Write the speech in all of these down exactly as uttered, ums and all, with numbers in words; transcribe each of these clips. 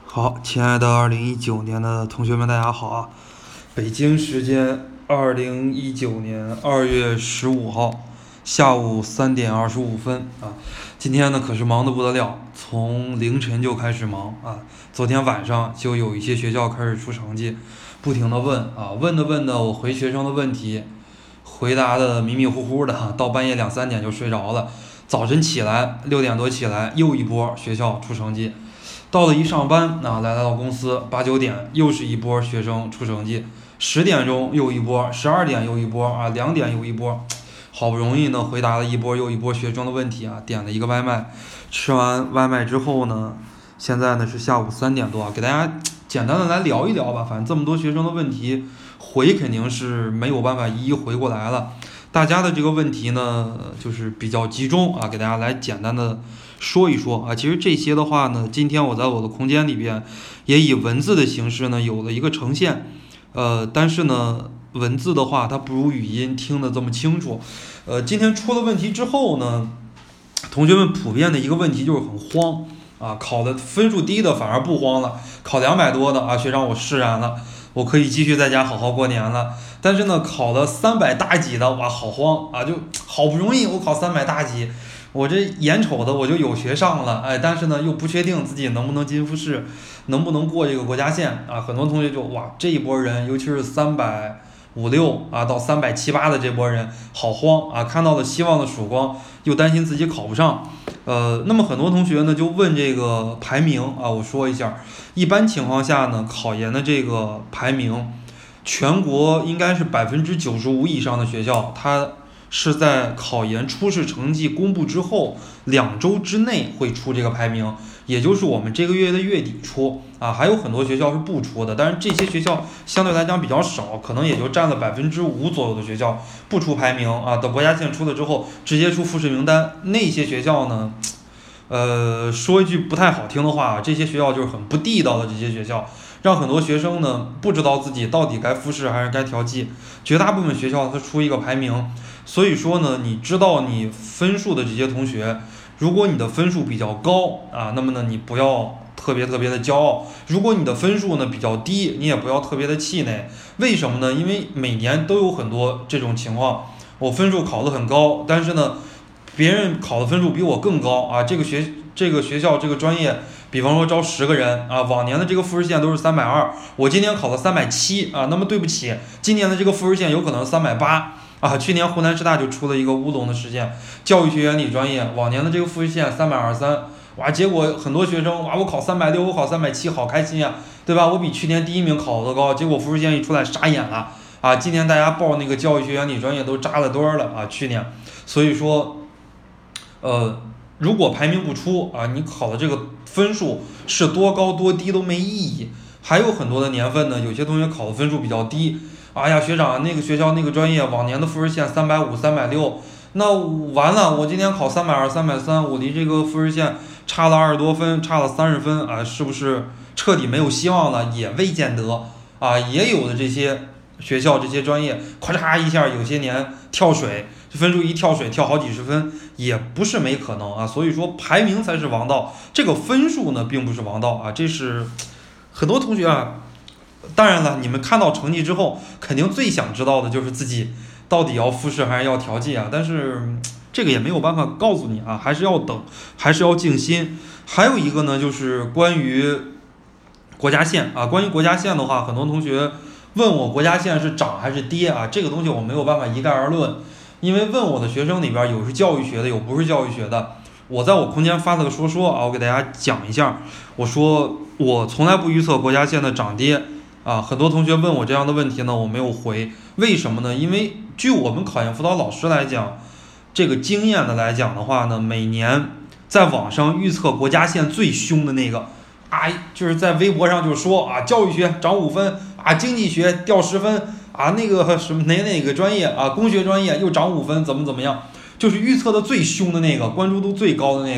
好，亲爱的二零一九年的同学们，大家好啊！北京时间二零一九年二月十五号下午三点二十五分啊，今天呢可是忙得不得了，从凌晨就开始忙啊。昨天晚上就有一些学校开始出成绩，不停的问啊，问的问的，我回学生的问题，回答的迷迷糊糊的，到半夜两三点就睡着了。早晨起来六点多起来，又一波学校出成绩。到了一上班啊，来到公司八九点又是一波学生出成绩，十点钟又一波，十二点又一波啊，两点又一波，好不容易呢回答了一波又一波学生的问题啊，点了一个外卖，吃完外卖之后呢，现在呢是下午三点多啊，给大家简单的来聊一聊吧，反正这么多学生的问题回肯定是没有办法一一回过来了，大家的这个问题呢就是比较集中啊，给大家来简单的说一说啊，其实这些的话呢，今天我在我的空间里边也以文字的形式呢有了一个呈现，呃，但是呢，文字的话它不如语音听得这么清楚，呃，今天出了问题之后呢，同学们普遍的一个问题就是很慌啊，考的分数低的反而不慌了，考两百多的啊，学长我释然了，我可以继续在家好好过年了。但是呢，考了三百大几的哇，好慌啊，就好不容易我考三百大几。我这眼瞅的我就有学上了，哎，但是呢又不确定自己能不能进复试，能不能过这个国家线啊？很多同学就哇，这一波人，尤其是三百五六啊到三百七八的这波人，好慌啊！看到了希望的曙光，又担心自己考不上。呃，那么很多同学呢就问这个排名啊，我说一下，一般情况下呢，考研的这个排名，全国应该是百分之九十五以上的学校，它是在考研初试成绩公布之后两周之内会出这个排名，也就是我们这个月的月底出啊，还有很多学校是不出的，但是这些学校相对来讲比较少，可能也就占了百分之五左右的学校不出排名啊，等国家线出了之后直接出复试名单，那些学校呢，呃，说一句不太好听的话，这些学校就是很不地道的这些学校。让很多学生呢不知道自己到底该复试还是该调剂，绝大部分学校它出一个排名，所以说呢，你知道你分数的这些同学，如果你的分数比较高啊，那么呢你不要特别特别的骄傲；如果你的分数呢比较低，你也不要特别的气馁。为什么呢？因为每年都有很多这种情况，我分数考得很高，但是呢，别人考的分数比我更高啊，这个学这个学校这个专业。比方说招十个人啊，往年的这个复试线都是三百二，我今年考了三百七啊，那么对不起，今年的这个复试线有可能三百八啊。去年湖南师大就出了一个乌龙的事件，教育学原理专业往年的这个复试线三百二十三，哇，结果很多学生哇，我考三百六，我考三百七，好开心呀，对吧？我比去年第一名考得高，结果复试线一出来傻眼了啊！今年大家报那个教育学原理专业都扎了堆儿了啊，去年，所以说，呃。如果排名不出啊，你考的这个分数是多高多低都没意义。还有很多的年份呢，有些同学考的分数比较低，哎呀，学长那个学校那个专业往年的复试线三百五、三百六，那完了，我今年考三百二、三百三，我离这个复试线差了二十多分，差了三十分啊，是不是彻底没有希望了？也未见得啊，也有的这些学校这些专业，咔嚓一下，有些年跳水。分数一跳水跳好几十分也不是没可能啊，所以说排名才是王道，这个分数呢并不是王道啊，这是很多同学啊，当然了，你们看到成绩之后肯定最想知道的就是自己到底要复试还是要调剂啊，但是这个也没有办法告诉你啊，还是要等，还是要静心。还有一个呢就是关于国家线啊，关于国家线的话，很多同学问我国家线是涨还是跌啊，这个东西我没有办法一概而论。因为问我的学生里边有是教育学的，有不是教育学的。我在我空间发了个说说啊，我给大家讲一下。我说我从来不预测国家线的涨跌啊。很多同学问我这样的问题呢，我没有回。为什么呢？因为据我们考研辅导老师来讲，这个经验的来讲的话呢，每年在网上预测国家线最凶的那个啊，就是在微博上就说啊，教育学涨五分啊，经济学掉十分。啊，那个什么哪哪个专业啊，工学专业又涨五分，怎么怎么样，就是预测的最凶的那个，关注度最高的那个，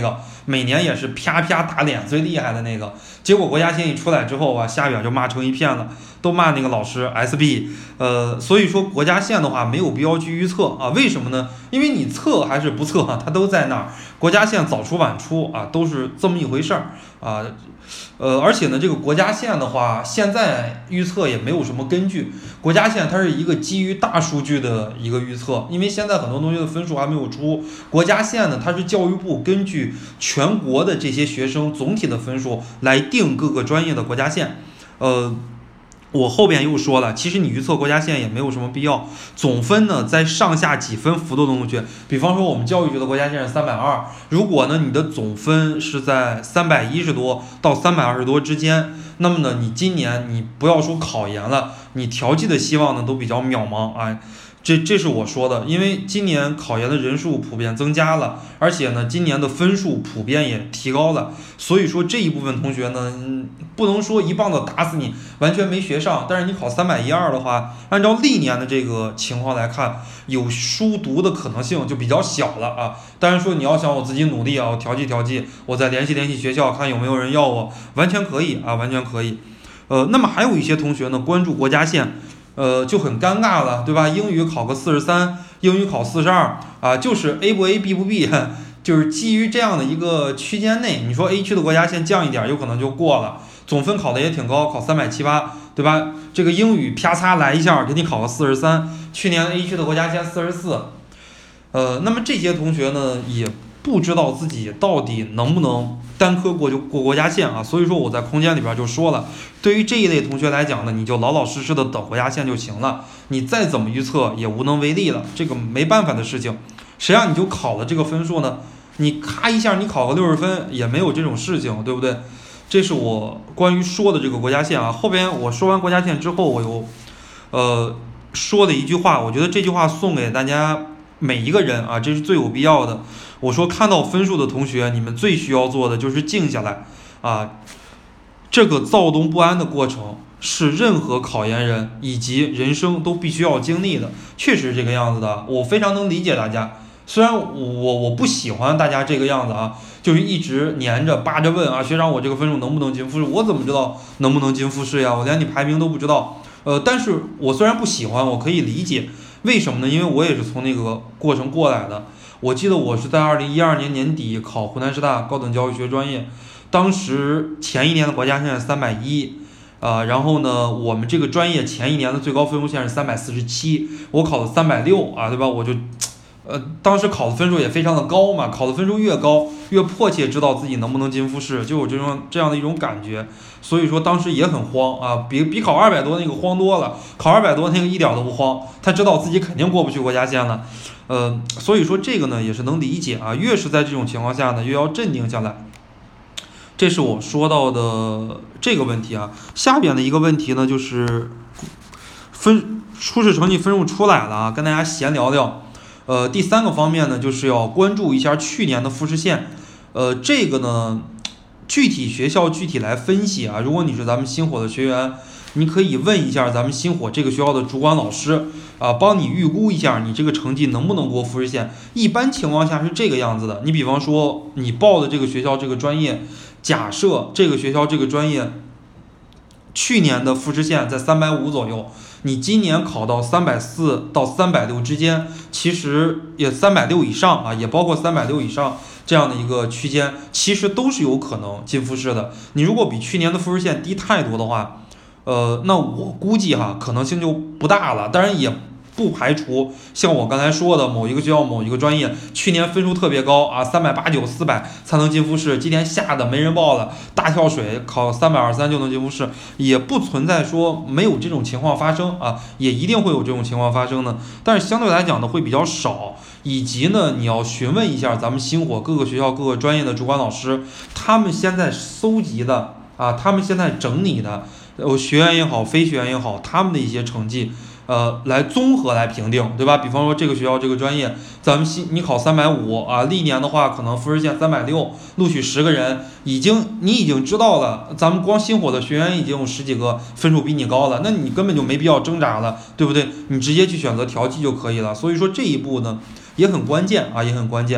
每年也是啪啪打脸最厉害的那个。结果国家线一出来之后啊，下边就骂成一片了，都骂那个老师 S B。呃，所以说国家线的话没有必要去预测啊，为什么呢？因为你测还是不测啊，它都在那儿。国家线早出晚出啊，都是这么一回事儿啊。呃，而且呢，这个国家线的话，现在预测也没有什么根据。国家线它是一个基于大数据的一个预测，因为现在很多同学的分数还没有出。国家线呢，它是教育部根据全国的这些学生总体的分数来定各个专业的国家线。呃。我后边又说了，其实你预测国家线也没有什么必要。总分呢，在上下几分幅度的同学，比方说我们教育局的国家线是三百二，如果呢你的总分是在三百一十多到三百二十多之间，那么呢你今年你不要说考研了，你调剂的希望呢都比较渺茫啊。这这是我说的，因为今年考研的人数普遍增加了，而且呢，今年的分数普遍也提高了，所以说这一部分同学呢，嗯、不能说一棒子打死你，完全没学上，但是你考三百一二的话，按照历年的这个情况来看，有书读的可能性就比较小了啊。当然说你要想我自己努力啊，我调剂调剂，我再联系联系学校，看有没有人要我，完全可以啊，完全可以。呃，那么还有一些同学呢，关注国家线。呃，就很尴尬了，对吧？英语考个四十三，英语考四十二啊，就是 A 不 A，B 不 B， 就是基于这样的一个区间内，你说 A 区的国家线降一点，有可能就过了，总分考的也挺高，考三百七八，对吧？这个英语啪嚓来一下，给你考个四十三，去年 A 区的国家线四十四，呃，那么这些同学呢，也不知道自己到底能不能单科过就过国家线啊，所以说我在空间里边就说了，对于这一类同学来讲呢，你就老老实实的等国家线就行了，你再怎么预测也无能为力了，这个没办法的事情。谁让你就考了这个分数呢？你咔一下你考个六十分也没有这种事情，对不对？这是我关于说的这个国家线啊。后边我说完国家线之后，我又呃说了一句话，我觉得这句话送给大家每一个人啊，这是最有必要的。我说看到分数的同学，你们最需要做的就是静下来啊。这个躁动不安的过程是任何考研人以及人生都必须要经历的，确实是这个样子的。我非常能理解大家，虽然我我不喜欢大家这个样子啊，就是一直黏着扒着问啊，学长我这个分数能不能进复试？我怎么知道能不能进复试呀？我连你排名都不知道。呃，但是我虽然不喜欢，我可以理解，为什么呢？因为我也是从那个过程过来的。我记得我是在二零一二年年底考湖南师大高等教育学专业，当时前一年的国家线是三百一，呃，然后呢，我们这个专业前一年的最高分数线是三百四十七，我考了三百六啊，对吧？我就，呃，当时考的分数也非常的高嘛，考的分数越高，越迫切知道自己能不能进复试，就有这种这样的一种感觉，所以说当时也很慌啊，比比考二百多那个慌多了，考二百多那个一点都不慌，他知道自己肯定过不去国家线了。呃，所以说这个呢也是能理解啊，越是在这种情况下呢，越要镇定下来。这是我说到的这个问题啊。下边的一个问题呢，就是分初试成绩分数出来了啊，跟大家闲聊聊。呃，第三个方面呢，就是要关注一下去年的复试线。呃，这个呢，具体学校具体来分析啊。如果你是咱们星火的学员，你可以问一下咱们星火这个学校的主管老师啊，帮你预估一下你这个成绩能不能过复试线。一般情况下是这个样子的，你比方说你报的这个学校这个专业，假设这个学校这个专业去年的复试线在三百五左右，你今年考到三百四到三百六之间，其实也三百六以上啊，也包括三百六以上这样的一个区间，其实都是有可能进复试的。你如果比去年的复试线低太多的话，呃，那我估计哈可能性就不大了。当然也不排除像我刚才说的某一个学校某一个专业去年分数特别高啊，三百八九四百才能进复试，今年吓得没人报了，大跳水考三百二三就能进复试，也不存在说没有这种情况发生啊，也一定会有这种情况发生的，但是相对来讲呢会比较少。以及呢，你要询问一下咱们星火各个学校各个专业的主管老师，他们现在搜集的啊，他们现在整理的。呃，学员也好，非学员也好，他们的一些成绩，呃，来综合来评定，对吧？比方说这个学校这个专业，咱们新你考三百五啊，历年的话可能复试线三百六，录取十个人，已经你已经知道了，咱们光星火的学员已经有十几个分数比你高了，那你根本就没必要挣扎了，对不对？你直接去选择调剂就可以了。所以说这一步呢也很关键啊，也很关键。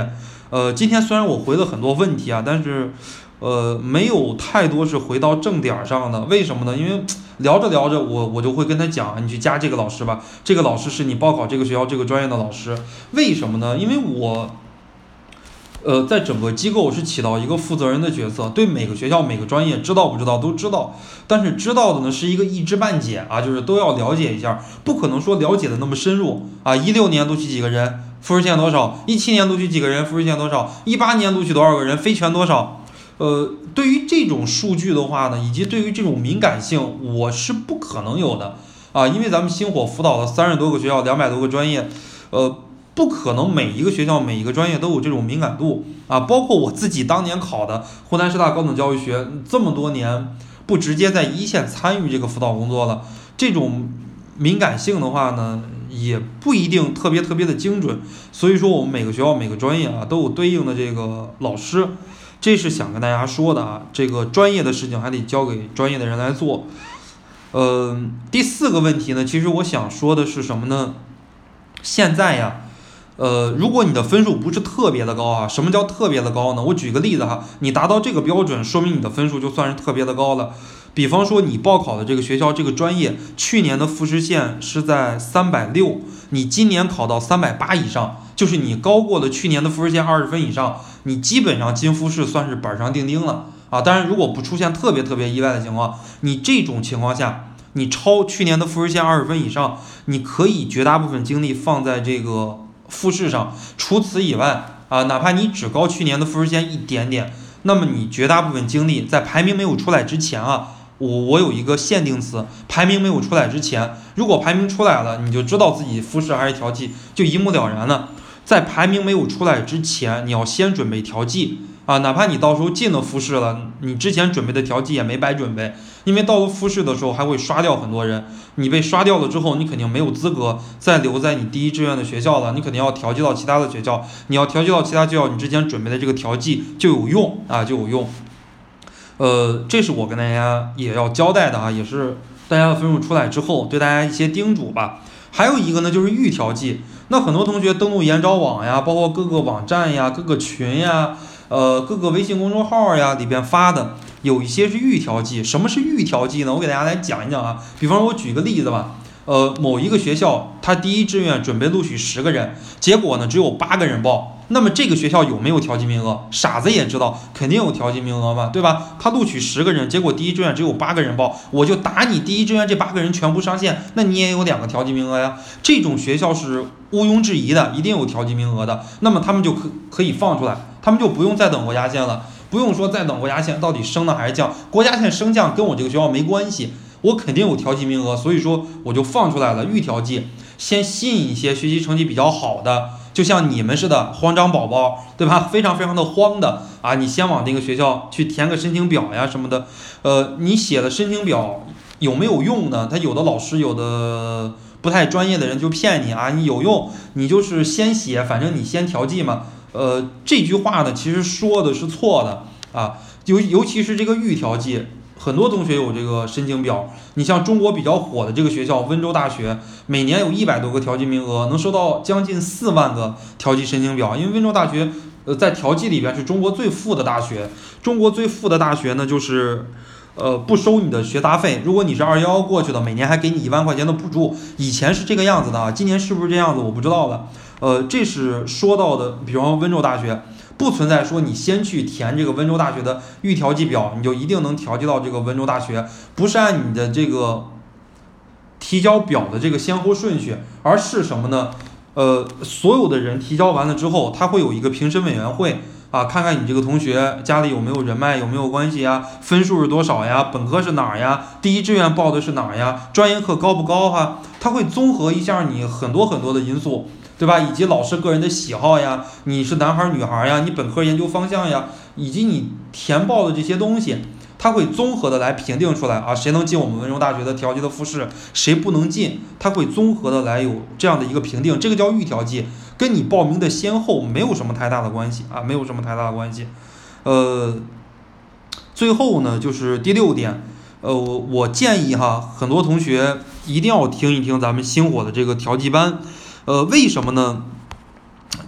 呃，今天虽然我回了很多问题啊，但是呃没有太多是回到正点上的。为什么呢？因为聊着聊着我我就会跟他讲，你去加这个老师吧，这个老师是你报考这个学校这个专业的老师。为什么呢？因为我呃，在整个机构是起到一个负责人的角色，对每个学校每个专业知道不知道都知道，但是知道的呢是一个一知半解啊，就是都要了解一下，不可能说了解的那么深入啊。一六年录取几个人，复试线多少？一七年录取几个人，复试线多少？一八年录取多少个人，非全多少？呃，对于这种数据的话呢，以及对于这种敏感性，我是不可能有的啊，因为咱们星火辅导了三十多个学校，两百多个专业，呃。不可能每一个学校每一个专业都有这种敏感度啊，包括我自己当年考的湖南师大高等教育学，这么多年不直接在一线参与这个辅导工作了，这种敏感性的话呢，也不一定特别特别的精准。所以说我们每个学校每个专业啊都有对应的这个老师，这是想跟大家说的啊，这个专业的事情还得交给专业的人来做。呃，第四个问题呢，其实我想说的是什么呢？现在呀。呃，如果你的分数不是特别的高啊，什么叫特别的高呢？我举个例子哈，你达到这个标准，说明你的分数就算是特别的高了。比方说你报考的这个学校这个专业，去年的复试线是在三百六，你今年考到三百八以上，就是你高过了去年的复试线二十分以上，你基本上进复试算是板上钉钉了啊。当然，如果不出现特别特别意外的情况，你这种情况下，你超去年的复试线二十分以上，你可以绝大部分精力放在这个复试上，除此以外啊，哪怕你只高去年的复试线一点点，那么你绝大部分精力在排名没有出来之前啊，我我有一个限定词，排名没有出来之前，如果排名出来了，你就知道自己复试还是调剂，就一目了然了。在排名没有出来之前，你要先准备调剂啊，哪怕你到时候进了复试了，你之前准备的调剂也没白准备，因为到了复试的时候还会刷掉很多人，你被刷掉了之后，你肯定没有资格再留在你第一志愿的学校了，你肯定要调剂到其他的学校，你要调剂到其他学校，你之前准备的这个调剂就有用啊，就有用。呃，这是我跟大家也要交代的啊，也是大家的分数出来之后对大家一些叮嘱吧。还有一个呢，就是预调剂。那很多同学登录研招网呀，包括各个网站呀、各个群呀、呃各个微信公众号呀里边发的，有一些是预调剂。什么是预调剂呢？我给大家来讲一讲啊。比方说，我举个例子吧。呃，某一个学校，他第一志愿准备录取十个人，结果呢只有八个人报。那么这个学校有没有调剂名额？傻子也知道，肯定有调剂名额嘛，对吧？他录取十个人，结果第一志愿只有八个人报，我就打你第一志愿这八个人全部上线，那你也有两个调剂名额呀。这种学校是毋庸置疑的，一定有调剂名额的。那么他们就可可以放出来，他们就不用再等国家线了，不用说再等国家线到底升呢还是降，国家线升降跟我这个学校没关系。我肯定有调剂名额，所以说我就放出来了预调剂，先吸引一些学习成绩比较好的，就像你们似的慌张宝宝，对吧？非常非常的慌的啊，你先往那个学校去填个申请表呀什么的，呃，你写的申请表有没有用呢？他有的老师有的不太专业的人就骗你啊，你有用，你就是先写，反正你先调剂嘛。呃，这句话呢其实说的是错的啊，尤尤其是这个预调剂。很多同学有这个申请表，你像中国比较火的这个学校温州大学，每年有一百多个调剂名额，能收到将近四万个调剂申请表。因为温州大学，呃，在调剂里边是中国最富的大学。中国最富的大学呢，就是，呃，不收你的学杂费。如果你是二幺幺过去的，每年还给你一万块钱的补助。以前是这个样子的啊，今年是不是这样子我不知道了。呃，这是说到的，比方说温州大学。不存在说你先去填这个温州大学的预调剂表，你就一定能调剂到这个温州大学，不是按你的这个提交表的这个先后顺序，而是什么呢？呃，所有的人提交完了之后，他会有一个评审委员会啊，看看你这个同学家里有没有人脉，有没有关系呀，分数是多少呀，本科是哪儿呀，第一志愿报的是哪儿呀，专业课高不高哈？他会综合一下你很多很多的因素。对吧？以及老师个人的喜好呀，你是男孩女孩呀，你本科研究方向呀，以及你填报的这些东西，他会综合的来评定出来啊，谁能进我们温州大学的调剂的复试，谁不能进，他会综合的来有这样的一个评定，这个叫预调剂，跟你报名的先后没有什么太大的关系啊，没有什么太大的关系。呃，最后呢，就是第六点，呃，我我建议哈，很多同学一定要听一听咱们星火的这个调剂班。呃，为什么呢？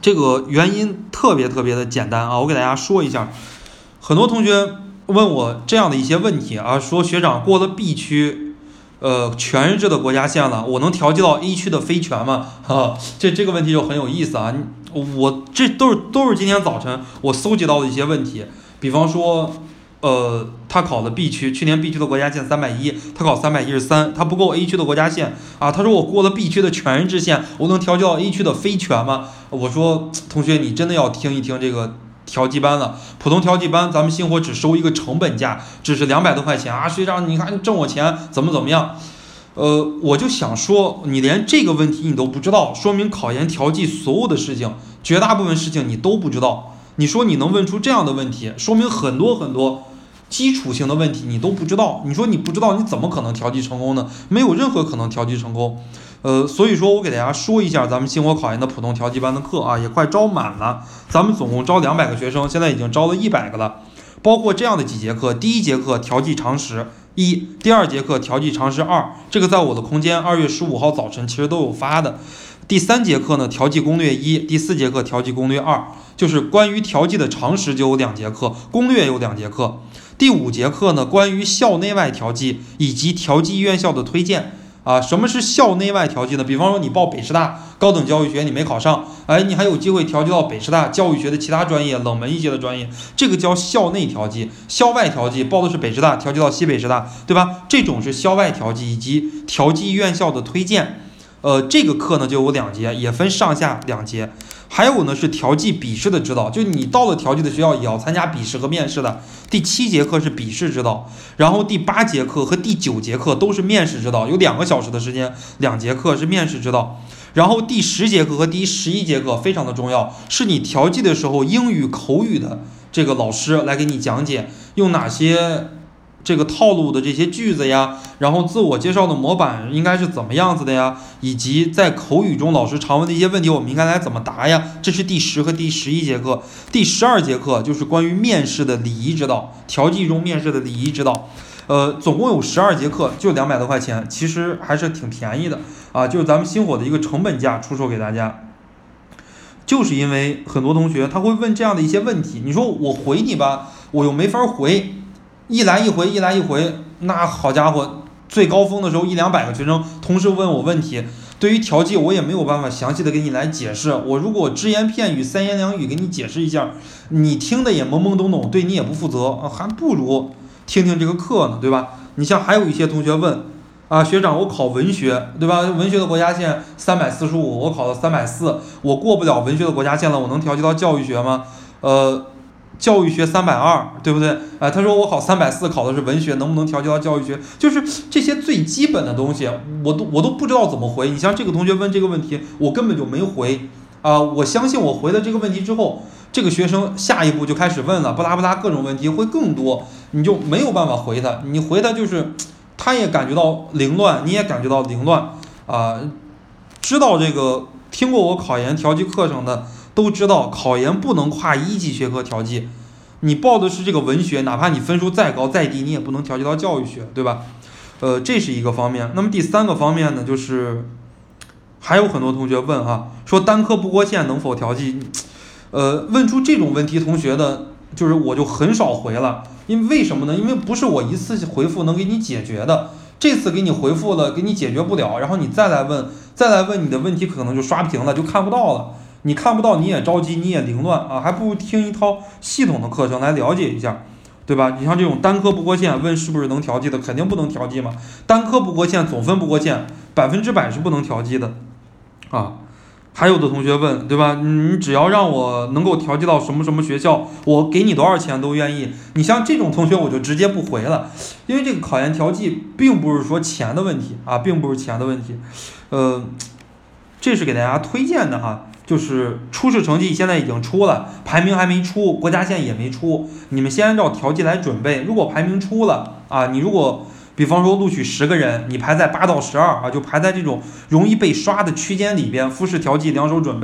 这个原因特别特别的简单啊，我给大家说一下。很多同学问我这样的一些问题啊，说学长过了 B 区，呃，全日制的国家线了，我能调剂到 A 区的非全吗？啊，这这个问题就很有意思啊。我这都是都是今天早晨我搜集到的一些问题，比方说。呃，他考的 B 区，去年 B 区的国家线三百一，他考三百一十三，他不够 A 区的国家线啊。他说我过了 B 区的全日制线，我能调剂到 A 区的非全吗？我说同学，你真的要听一听这个调剂班了。普通调剂班，咱们星火只收一个成本价，只是两百多块钱啊。学长，你看挣我钱怎么怎么样？呃，我就想说，你连这个问题你都不知道，说明考研调剂所有的事情，绝大部分事情你都不知道。你说你能问出这样的问题，说明很多很多。基础性的问题你都不知道，你说你不知道，你怎么可能调剂成功呢？没有任何可能调剂成功。呃，所以说我给大家说一下咱们星火考研的普通调剂班的课啊，也快招满了。咱们总共招两百个学生，现在已经招了一百个了。包括这样的几节课：第一节课调剂常识一，第二节课调剂常识二，这个在我的空间二月十五号早晨其实都有发的。第三节课呢，调剂攻略一，第四节课调剂攻略二，就是关于调剂的常识就有两节课，攻略有两节课。第五节课呢，关于校内外调剂以及调剂院校的推荐啊。什么是校内外调剂呢？比方说你报北师大高等教育学你没考上，哎，你还有机会调剂到北师大教育学的其他专业，冷门一些的专业，这个叫校内调剂。校外调剂报的是北师大，调剂到西北师大，对吧？这种是校外调剂以及调剂院校的推荐。呃，这个课呢就有两节，也分上下两节。还有呢是调剂笔试的指导，就你到了调剂的学校也要参加笔试和面试的。第七节课是笔试指导，然后第八节课和第九节课都是面试指导，有两个小时的时间，两节课是面试指导。然后第十节课和第十一节课非常的重要，是你调剂的时候英语口语的这个老师来给你讲解，用哪些这个套路的这些句子呀，然后自我介绍的模板应该是怎么样子的呀，以及在口语中老师常问的一些问题我们应该来怎么答呀，这是第十和第十一节课。第十二节课就是关于面试的礼仪指导，调剂中面试的礼仪指导。呃，总共有十二节课，就两百多块钱，其实还是挺便宜的啊，就是咱们星火的一个成本价出售给大家。就是因为很多同学他会问这样的一些问题，你说我回你吧，我又没法回，一来一回一来一回，那好家伙，最高峰的时候一两百个学生同时问我问题，对于调剂我也没有办法详细的给你来解释，我如果只言片语三言两语给你解释一下，你听的也懵懵懂懂，对你也不负责，还不如听听这个课呢，对吧？你像还有一些同学问啊，学长我考文学，对吧？文学的国家线三百四十五，我考了三百四，我过不了文学的国家线了，我能调剂到教育学吗？呃教育学三百二，对不对？啊、呃，他说我考三百四，考的是文学，能不能调剂到教育学？就是这些最基本的东西，我都我都不知道怎么回。你像这个同学问这个问题，我根本就没回啊、呃！我相信我回了这个问题之后，这个学生下一步就开始问了，不拉不拉各种问题会更多，你就没有办法回他。你回他就是，他也感觉到凌乱，你也感觉到凌乱啊、呃！知道这个听过我考研调剂课程的。都知道考研不能跨一级学科调剂，你报的是这个文学，哪怕你分数再高再低，你也不能调剂到教育学，对吧？呃，这是一个方面。那么第三个方面呢，就是还有很多同学问哈，说单科不过线能否调剂？呃，问出这种问题同学的，就是我就很少回了，因为为什么呢？因为不是我一次回复能给你解决的，这次给你回复了，给你解决不了，然后你再来问，再来问你的问题可能就刷屏了，就看不到了。你看不到你也着急，你也凌乱啊，还不如听一套系统的课程来了解一下，对吧？你像这种单科不过线，问是不是能调剂的，肯定不能调剂嘛。单科不过线，总分不过线，百分之百是不能调剂的啊。还有的同学问，对吧？你只要让我能够调剂到什么什么学校，我给你多少钱都愿意。你像这种同学，我就直接不回了，因为这个考研调剂并不是说钱的问题啊，并不是钱的问题。呃，这是给大家推荐的哈。就是初试成绩现在已经出了，排名还没出，国家线也没出，你们先按照调剂来准备。如果排名出了啊，你如果比方说录取十个人，你排在八到十二啊，就排在这种容易被刷的区间里边，复试调剂两手准备，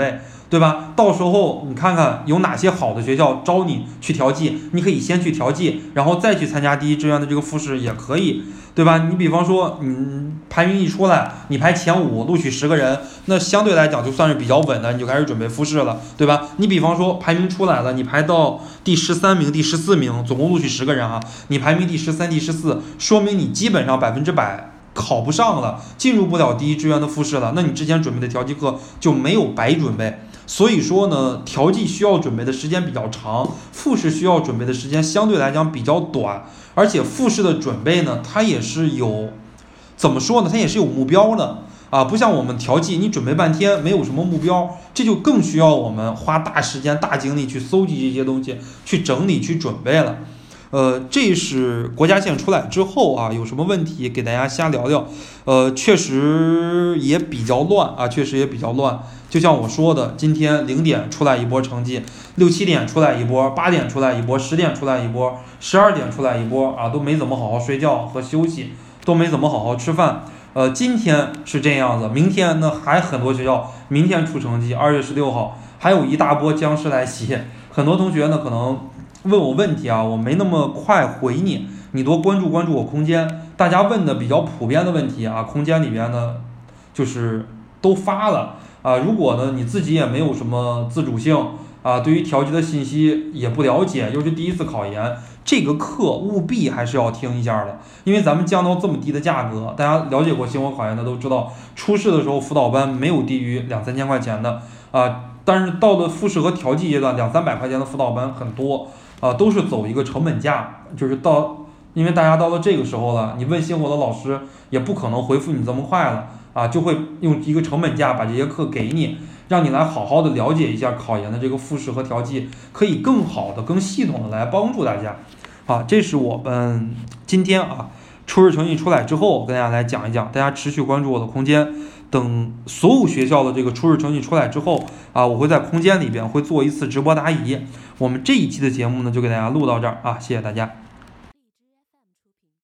对吧？到时候你看看有哪些好的学校招你去调剂，你可以先去调剂，然后再去参加第一志愿的这个复试也可以，对吧？你比方说你排名一出来，你排前五，录取十个人，那相对来讲就算是比较稳的，你就开始准备复试了，对吧？你比方说排名出来了，你排到第十三名、第十四名，总共录取十个人啊，你排名第十三、第十四，说明你基本上百分之百考不上了，进入不了第一志愿的复试了，那你之前准备的调剂课就没有白准备。所以说呢，调剂需要准备的时间比较长，复试需要准备的时间相对来讲比较短，而且复试的准备呢，它也是有，怎么说呢，它也是有目标的啊，不像我们调剂，你准备半天没有什么目标，这就更需要我们花大时间、大精力去搜集这些东西，去整理、去准备了。呃，这是国家线出来之后啊，有什么问题给大家瞎聊聊。呃，确实也比较乱啊，确实也比较乱。就像我说的，今天零点出来一波成绩，六七点出来一波，八点出来一波，十点出来一波，十二点出来一波啊，都没怎么好好睡觉和休息，都没怎么好好吃饭。呃，今天是这样子，明天呢还很多学校明天出成绩，二月十六号还有一大波僵尸来袭，很多同学呢可能问我问题啊，我没那么快回你，你多关注关注我空间，大家问的比较普遍的问题啊，空间里边呢就是都发了啊。如果呢你自己也没有什么自主性啊，对于调剂的信息也不了解，又是第一次考研，这个课务必还是要听一下的，因为咱们降到这么低的价格，大家了解过星火考研的都知道，初试的时候辅导班没有低于两三千块钱的啊，但是到了复试和调剂阶段，两三百块钱的辅导班很多。啊，都是走一个成本价，就是到，因为大家到了这个时候了，你问星火的老师也不可能回复你这么快了啊，就会用一个成本价把这些课给你，让你来好好的了解一下考研的这个复试和调剂，可以更好的、更系统的来帮助大家。啊，这是我们今天啊初试成绩出来之后，跟大家来讲一讲，大家持续关注我的空间。等所有学校的这个初试成绩出来之后啊，我会在空间里边会做一次直播答疑。我们这一期的节目呢，就给大家录到这儿啊，谢谢大家。